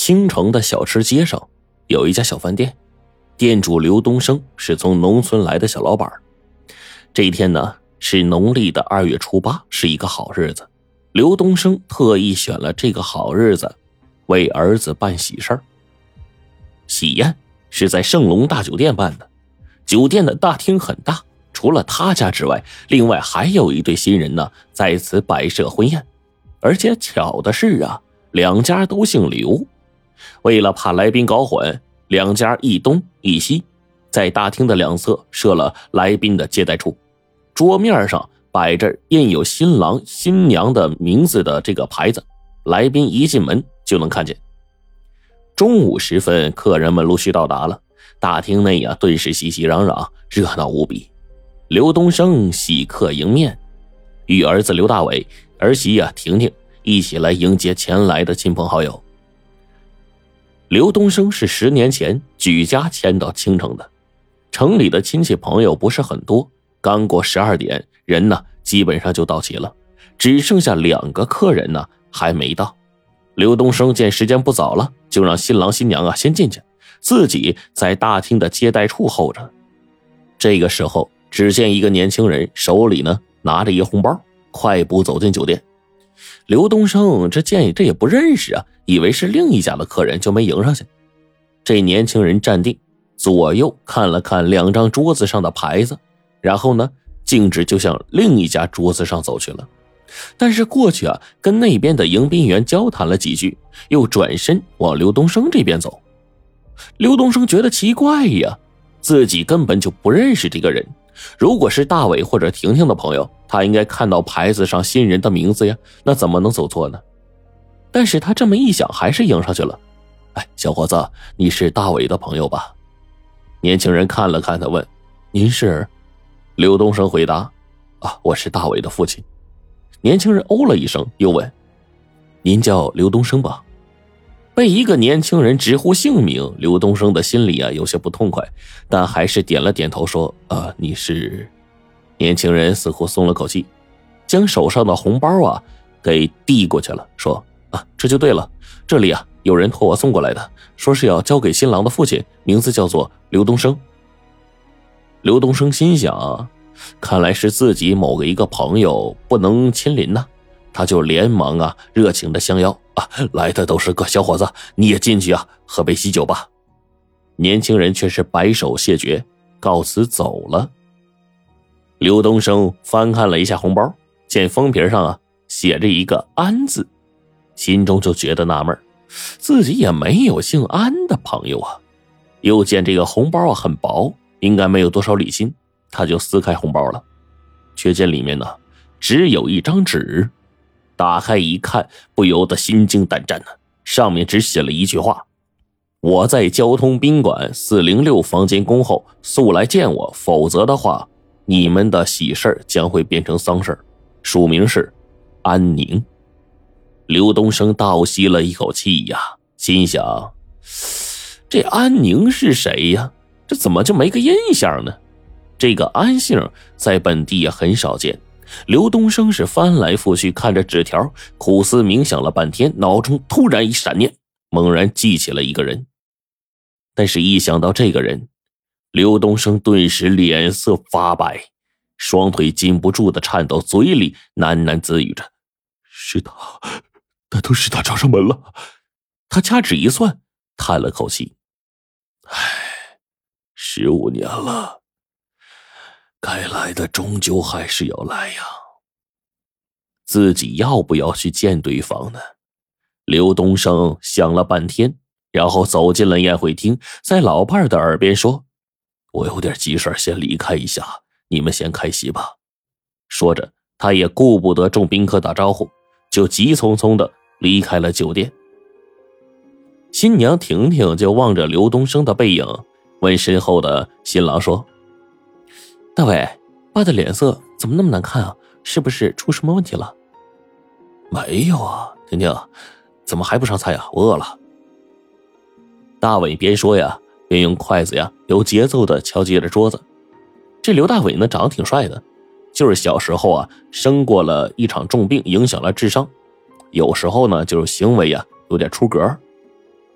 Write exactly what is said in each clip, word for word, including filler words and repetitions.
青城的小吃街上有一家小饭店，店主刘东升是从农村来的小老板。这一天呢是农历的二月初八，是一个好日子。刘东升特意选了这个好日子为儿子办喜事儿。喜宴是在盛隆大酒店办的，酒店的大厅很大，除了他家之外，另外还有一对新人呢在此摆设婚宴。而且巧的是啊，两家都姓刘。为了怕来宾搞混，两家一东一西，在大厅的两侧设了来宾的接待处，桌面上摆着印有新郎新娘的名字的这个牌子，来宾一进门就能看见。中午时分，客人们陆续到达了，大厅内啊顿时熙熙攘攘，热闹无比。刘东升喜客迎面，与儿子刘大伟、儿媳啊婷婷一起来迎接前来的亲朋好友。刘东升是十年前举家迁到青城的，城里的亲戚朋友不是很多，刚过十二点，人呢基本上就到齐了，只剩下两个客人呢还没到。刘东升见时间不早了，就让新郎新娘啊先进去，自己在大厅的接待处候着。这个时候，只见一个年轻人手里呢拿着一个红包，快步走进酒店。刘东升这见这也不认识啊，以为是另一家的客人，就没迎上去。这年轻人站定，左右看了看两张桌子上的牌子，然后呢径直就向另一家桌子上走去了。但是过去啊跟那边的迎宾员交谈了几句，又转身往刘东升这边走。刘东升觉得奇怪呀，自己根本就不认识这个人，如果是大伟或者婷婷的朋友，他应该看到牌子上新人的名字呀，那怎么能走错呢？但是他这么一想，还是迎上去了。哎，小伙子，你是大伟的朋友吧？年轻人看了看他问，您是？刘东升回答，啊，我是大伟的父亲。年轻人哦了一声，又问，您叫刘东升吧？被一个年轻人直呼姓名，刘东升的心里啊有些不痛快，但还是点了点头说，啊，你是？年轻人似乎松了口气，将手上的红包啊给递过去了，说，啊，这就对了，这里啊有人托我送过来的，说是要交给新郎的父亲，名字叫做刘东升。刘东升心想，看来是自己某个一个朋友不能亲临呐、啊，他就连忙啊热情的相邀，啊，来的都是个小伙子，你也进去啊喝杯喜酒吧。年轻人却是摆手谢绝，告辞走了。刘东升翻看了一下红包，见封皮上啊写着一个安字，心中就觉得纳闷，自己也没有姓安的朋友啊。又见这个红包啊很薄，应该没有多少礼金，他就撕开红包了，却见里面呢只有一张纸。打开一看，不由得心惊胆战呢。上面只写了一句话，我在交通宾馆四零六房间恭候，速来见我，否则的话你们的喜事将会变成丧事。署名是安宁。刘东升倒吸了一口气呀，心想，这安宁是谁呀？这怎么就没个印象呢？这个安姓在本地也很少见。刘东升是翻来覆去看着纸条，苦思冥想了半天，脑中突然一闪念，猛然记起了一个人。但是一想到这个人，刘东升顿时脸色发白，双腿禁不住的颤抖，嘴里喃喃自语着，是他，那都是他找上门了。他掐指一算，叹了口气，唉，十五年了，该来的终究还是要来呀。自己要不要去见对方呢？刘东升想了半天，然后走进了宴会厅，在老伴的耳边说，我有点急事先离开一下，你们先开席吧。说着他也顾不得众宾客打招呼，就急匆匆的离开了酒店。新娘婷婷就望着刘东升的背影，问身后的新郎说，大伟，爸的脸色怎么那么难看啊？是不是出什么问题了？没有啊，婷婷，怎么还不上菜啊？我饿了。大伟边说呀，边用筷子呀有节奏的敲击着桌子。这刘大伟呢长得挺帅的，就是小时候啊生过了一场重病，影响了智商，有时候呢就是行为呀有点出格。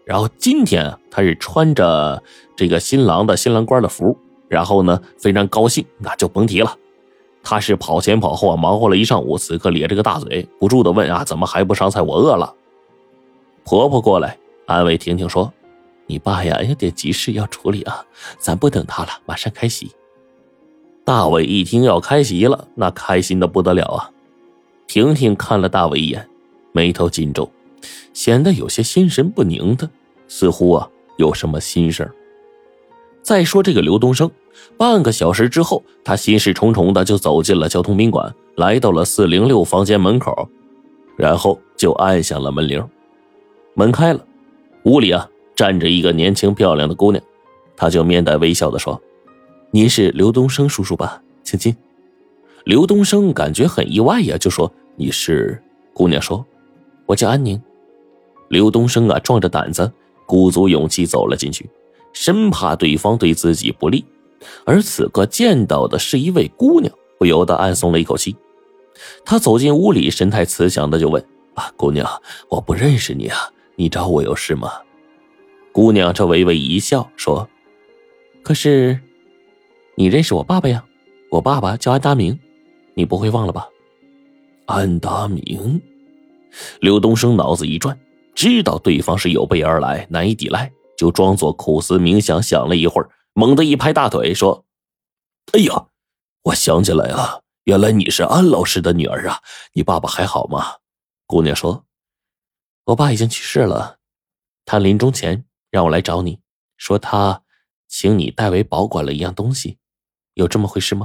然后今天啊，他是穿着这个新郎的新郎官的服，然后呢非常高兴，那就甭提了。他是跑前跑后啊，忙活了一上午，此刻咧着个大嘴，不住的问啊，怎么还不上菜？我饿了。婆婆过来安慰婷婷说，你爸呀有点急事要处理啊，咱不等他了，马上开席。大伟一听要开席了，那开心的不得了啊。婷婷看了大伟一眼，眉头紧皱，显得有些心神不宁的，似乎啊有什么心事儿。再说这个刘东升，半个小时之后，他心事重重的就走进了交通宾馆，来到了四零六房间门口，然后就按响了门铃。门开了，屋里啊站着一个年轻漂亮的姑娘，他就面带微笑的说，您是刘东升叔叔吧，请进。刘东升感觉很意外呀，就说，你是？姑娘说，我叫安宁。刘东升啊壮着胆子，鼓足勇气走了进去，生怕对方对自己不利，而此刻见到的是一位姑娘，不由得暗松了一口气。他走进屋里，神态慈祥的就问，啊，姑娘，我不认识你啊，你找我有事吗？姑娘这微微一笑说，可是你认识我爸爸呀，我爸爸叫安达明，你不会忘了吧？安达明？刘东升脑子一转，知道对方是有备而来，难以抵赖，就装作苦思冥想，想了一会儿，猛地一拍大腿说，哎呀，我想起来了，原来你是安老师的女儿啊，你爸爸还好吗？姑娘说，我爸已经去世了，他临终前让我来找你，说他请你代为保管了一样东西，有这么回事吗？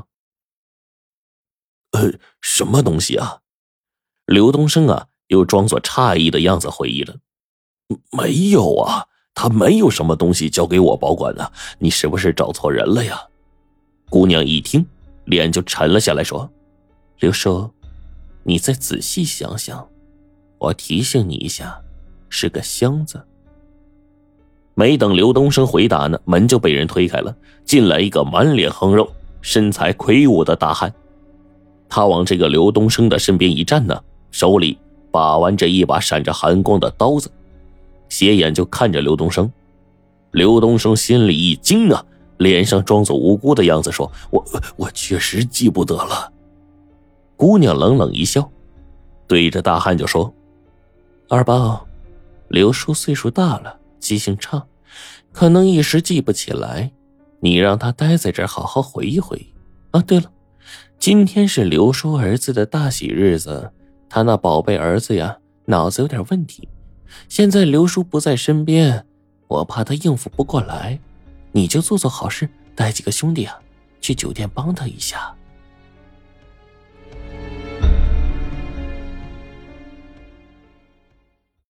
呃，什么东西啊？刘东升啊又装作诧异的样子回忆了，没有啊，他没有什么东西交给我保管的，你是不是找错人了呀？姑娘一听脸就沉了下来说，刘叔，你再仔细想想，我提醒你一下，是个箱子。没等刘东升回答呢，门就被人推开了，进来一个满脸横肉身材魁梧的大汉。他往这个刘东升的身边一站呢，手里把玩着一把闪着寒光的刀子，斜眼就看着刘东升。刘东升心里一惊啊，脸上装作无辜的样子说，我我确实记不得了。姑娘冷冷一笑，对着大汉就说，二宝，刘叔岁数大了，记性差，可能一时记不起来，你让他待在这儿好好回忆回忆啊。对了，今天是刘叔儿子的大喜日子，他那宝贝儿子呀脑子有点问题，现在刘叔不在身边，我怕他应付不过来，你就做做好事，带几个兄弟啊去酒店帮他一下。